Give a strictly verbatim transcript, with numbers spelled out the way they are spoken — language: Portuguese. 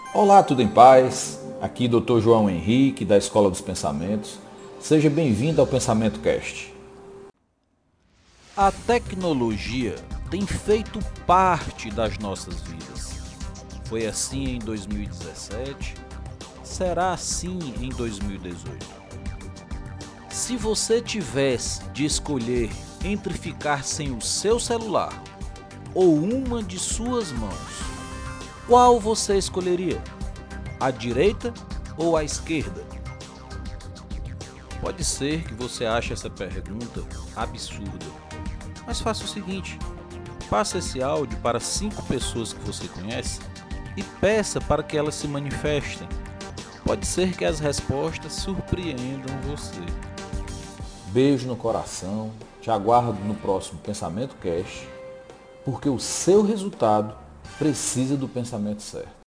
Olá, tudo em paz? Aqui doutor João Henrique, da Escola dos Pensamentos. Seja bem-vindo ao Pensamento Cast. A tecnologia tem feito parte das nossas vidas. Foi assim em dois mil e dezessete, será assim em dois mil e dezoito. Se você tivesse de escolher entre ficar sem o seu celular ou uma de suas mãos, qual você escolheria? A direita ou a esquerda? Pode ser que você ache essa pergunta absurda, mas faça o seguinte: passe esse áudio para cinco pessoas que você conhece e peça para que elas se manifestem. Pode ser que as respostas surpreendam você. Beijo no coração, te aguardo no próximo Pensamento Cast, porque o seu resultado precisa do pensamento certo.